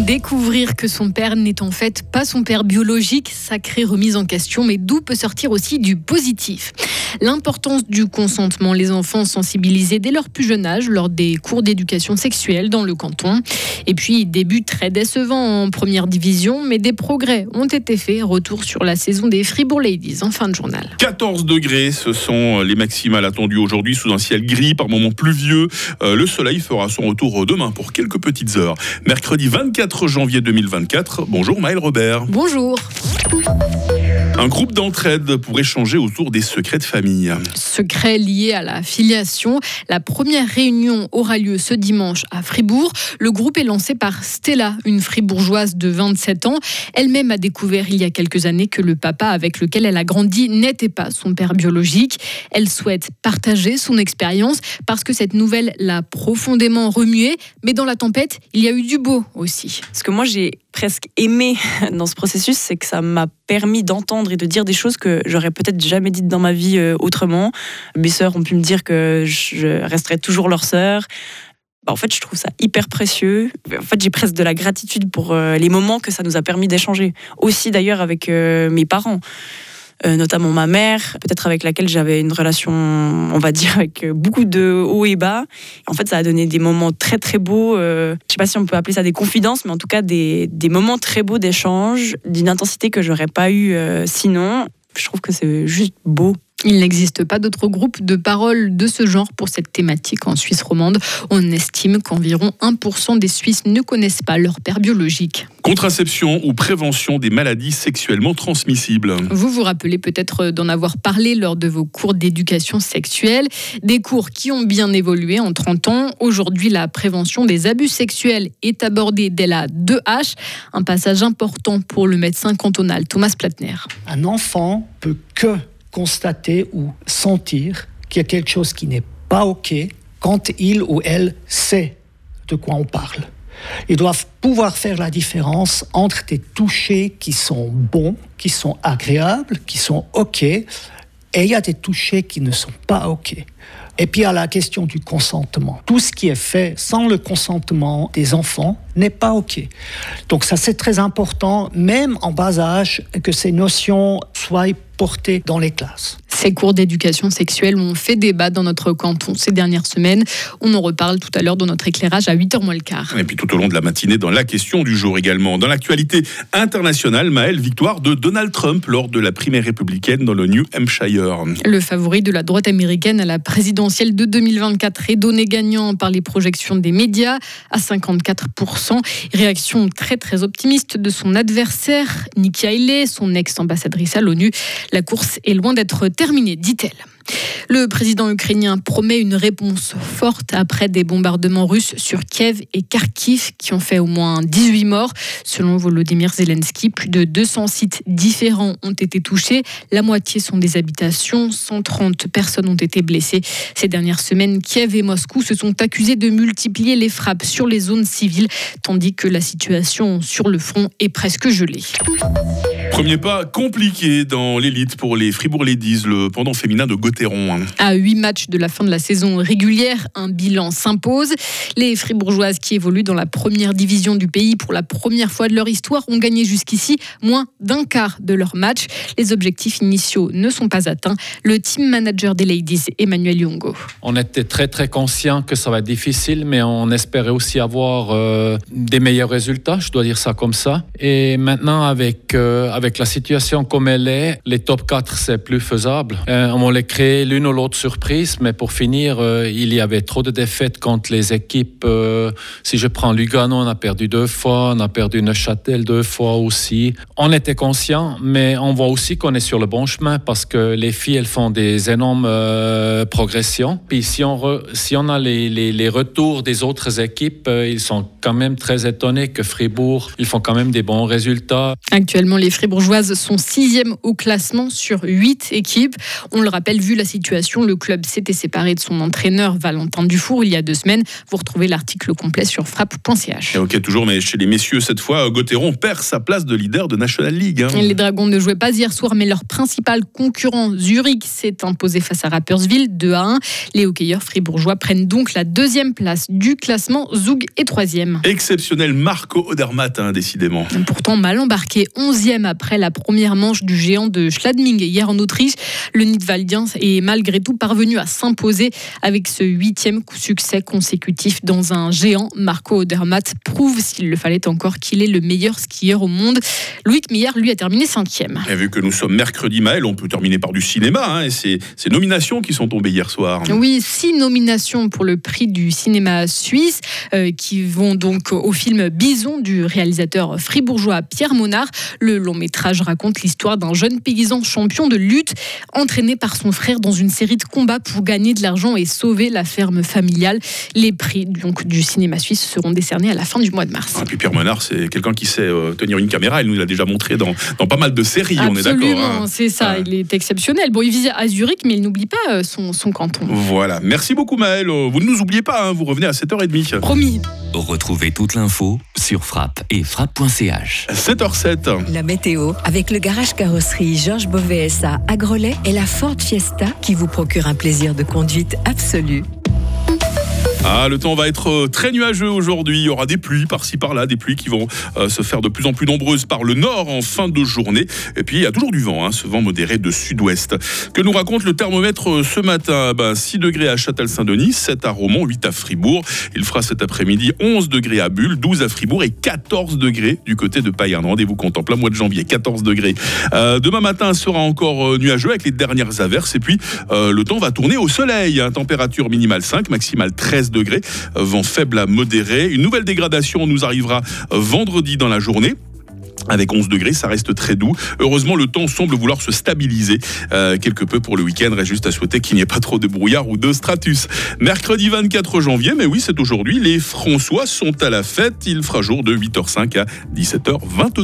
Découvrir que son père n'est en fait pas son père biologique, sacrée remise en question, mais d'où peut sortir aussi du positif. L'importance du consentement, les enfants sensibilisés dès leur plus jeune âge lors des cours d'éducation sexuelle dans le canton. Et puis, début très décevant en première division, mais des progrès ont été faits. Retour sur la saison des Fribourg Ladies en fin de journal. 14 degrés, ce sont les maximales attendues aujourd'hui sous un ciel gris, par moments pluvieux. Le soleil fera son retour demain pour quelques petites heures. Mercredi 24 janvier 2024. Bonjour Maëlle Robert. Bonjour. Un groupe d'entraide pour échanger autour des secrets de famille. Secrets liés à la filiation. La première réunion aura lieu ce dimanche à Fribourg. Le groupe est lancé par Stella, une fribourgeoise de 27 ans. Elle-même a découvert il y a quelques années que le papa avec lequel elle a grandi n'était pas son père biologique. Elle souhaite partager son expérience parce que cette nouvelle l'a profondément remuée. Mais dans la tempête, il y a eu du beau aussi. Ce que moi j'ai presque aimé dans ce processus, c'est que ça m'a permis d'entendre et de dire des choses que j'aurais peut-être jamais dites dans ma vie autrement. Mes sœurs ont pu me dire que je resterai toujours leur sœur. En fait, je trouve ça hyper précieux. En fait, j'ai presque de la gratitude pour les moments que ça nous a permis d'échanger. Aussi d'ailleurs avec mes parents. Notamment ma mère, peut-être avec laquelle j'avais une relation, on va dire, avec beaucoup de hauts et bas. En fait, ça a donné des moments très très beaux. Je ne sais pas si on peut appeler ça des confidences, mais en tout cas des moments très beaux d'échange, d'une intensité que j'aurais pas eu sinon. Je trouve que c'est juste beau. Il n'existe pas d'autres groupes de parole de ce genre pour cette thématique en Suisse romande. On estime qu'environ 1% des Suisses ne connaissent pas leur père biologique. Contraception ou prévention des maladies sexuellement transmissibles. Vous vous rappelez peut-être d'en avoir parlé lors de vos cours d'éducation sexuelle. Des cours qui ont bien évolué en 30 ans. Aujourd'hui, la prévention des abus sexuels est abordée dès la 2H. Un passage important pour le médecin cantonal Thomas Platner. Un enfant peut que constater ou sentir qu'il y a quelque chose qui n'est pas OK quand il ou elle sait de quoi on parle. Ils doivent pouvoir faire la différence entre des touchés qui sont bons, qui sont agréables, qui sont OK, et il y a des touchés qui ne sont pas OK. Et puis il y a la question du consentement. Tout ce qui est fait sans le consentement des enfants n'est pas OK. Donc ça, c'est très important, même en bas âge, que ces notions soient portées dans les classes. Ces cours d'éducation sexuelle ont fait débat dans notre canton ces dernières semaines. On en reparle tout à l'heure dans notre éclairage à 8h moins le quart. Et puis tout au long de la matinée, dans la question du jour également. Dans l'actualité internationale, Maëlle, victoire de Donald Trump lors de la primaire républicaine dans le New Hampshire. Le favori de la droite américaine à la présidentielle de 2024 est donné gagnant par les projections des médias à 54%. Réaction très très optimiste de son adversaire, Nikki Haley, son ex-ambassadrice à l'ONU. La course est loin d'être terminée, dit-elle. Le président ukrainien promet une réponse forte après des bombardements russes sur Kiev et Kharkiv qui ont fait au moins 18 morts. Selon Volodymyr Zelensky, plus de 200 sites différents ont été touchés. La moitié sont des habitations. 130 personnes ont été blessées. Ces dernières semaines, Kiev et Moscou se sont accusés de multiplier les frappes sur les zones civiles, tandis que la situation sur le front est presque gelée. Premier pas compliqué dans l'élite pour les Fribourg Ladies, le pendant féminin de Gotteron. À 8 matchs de la fin de la saison régulière, un bilan s'impose. Les Fribourgeoises qui évoluent dans la première division du pays pour la première fois de leur histoire ont gagné jusqu'ici moins d'un quart de leurs matchs. Les objectifs initiaux ne sont pas atteints. Le team manager des Ladies, Emmanuel Yongo. On était très très conscients que ça va être difficile, mais on espérait aussi avoir des meilleurs résultats, je dois dire ça comme ça. Et maintenant avec la situation comme elle est, les top 4 c'est plus faisable. On voulait créer l'une ou l'autre surprise, mais pour finir, il y avait trop de défaites contre les équipes. Si je prends Lugano, on a perdu 2 fois, on a perdu Neuchâtel 2 fois aussi. On était conscients, mais on voit aussi qu'on est sur le bon chemin parce que les filles, elles font des énormes progressions. Puis si on a les retours des autres équipes, ils sont quand même très étonnés que Fribourg, ils font quand même des bons résultats. Actuellement, les Fribourgeoises sont 6e au classement sur 8 équipes. On le rappelle, vu vu la situation, le club s'était séparé de son entraîneur Valentin Dufour il y a 2 semaines. Vous retrouvez l'article complet sur frappe.ch. Ok, toujours, mais chez les messieurs, cette fois, Gauthieron perd sa place de leader de National League. Les Dragons ne jouaient pas hier soir, mais leur principal concurrent, Zurich, s'est imposé face à Rapperswil 2-1. Les hockeyeurs fribourgeois prennent donc la 2e place du classement. Zug est 3e. Exceptionnel Marco Odermatt, décidément. Pourtant mal embarqué, 11e après la première manche du géant de Schladming hier en Autriche. Le Nidwaldien est malgré tout parvenu à s'imposer avec ce 8e succès consécutif dans un géant. Marco Odermatt prouve, s'il le fallait encore, qu'il est le meilleur skieur au monde. Loïc Meillard, lui, a terminé 5e. Et vu que nous sommes mercredi, Maël, on peut terminer par du cinéma. Et ces nominations qui sont tombées hier soir. Oui, 6 nominations pour le prix du cinéma suisse qui vont donc au film Bison du réalisateur fribourgeois Pierre Monard. Le long métrage raconte l'histoire d'un jeune paysan champion de lutte entraîné par son frère dans une série de combats pour gagner de l'argent et sauver la ferme familiale. Les prix donc, du cinéma suisse seront décernés à la fin du mois de mars. Et puis Pierre Monard, c'est quelqu'un qui sait tenir une caméra. Il nous l'a déjà montré dans pas mal de séries. Absolument, on est d'accord. C'est ça. Il est exceptionnel. Bon, il vise à Zurich, mais il n'oublie pas son canton. Voilà. Merci beaucoup Maël. Vous ne nous oubliez pas. Vous revenez à 7h30. Promis. Retrouvez toute l'info sur Frappe et frappe.ch. 7h07. La météo avec le garage carrosserie Georges Beauvais à Grelais et la Ford Fiesta qui vous procure un plaisir de conduite absolu. Le temps va être très nuageux aujourd'hui. Il y aura des pluies par-ci par-là, des pluies qui vont se faire de plus en plus nombreuses par le nord en fin de journée. Et puis il y a toujours du vent, ce vent modéré de sud-ouest. Que nous raconte le thermomètre ce matin? 6 degrés à Châtel-Saint-Denis, 7 à Romont, 8 à Fribourg. Il fera cet après-midi 11 degrés à Bulle, 12 à Fribourg et 14 degrés du côté de Payerne. Rendez-vous compte, en plein mois de janvier, 14 degrés. Demain matin sera encore nuageux avec les dernières averses. Et puis le temps va tourner au soleil. Température minimale 5, maximale 13 degrés. Vent faible à modéré. Une nouvelle dégradation nous arrivera vendredi dans la journée. Avec 11 degrés, ça reste très doux. Heureusement, le temps semble vouloir se stabiliser quelque peu pour le week-end. Reste juste à souhaiter qu'il n'y ait pas trop de brouillard ou de stratus. Mercredi 24 janvier, mais oui, c'est aujourd'hui. Les François sont à la fête. Il fera jour de 8h05 à 17h22.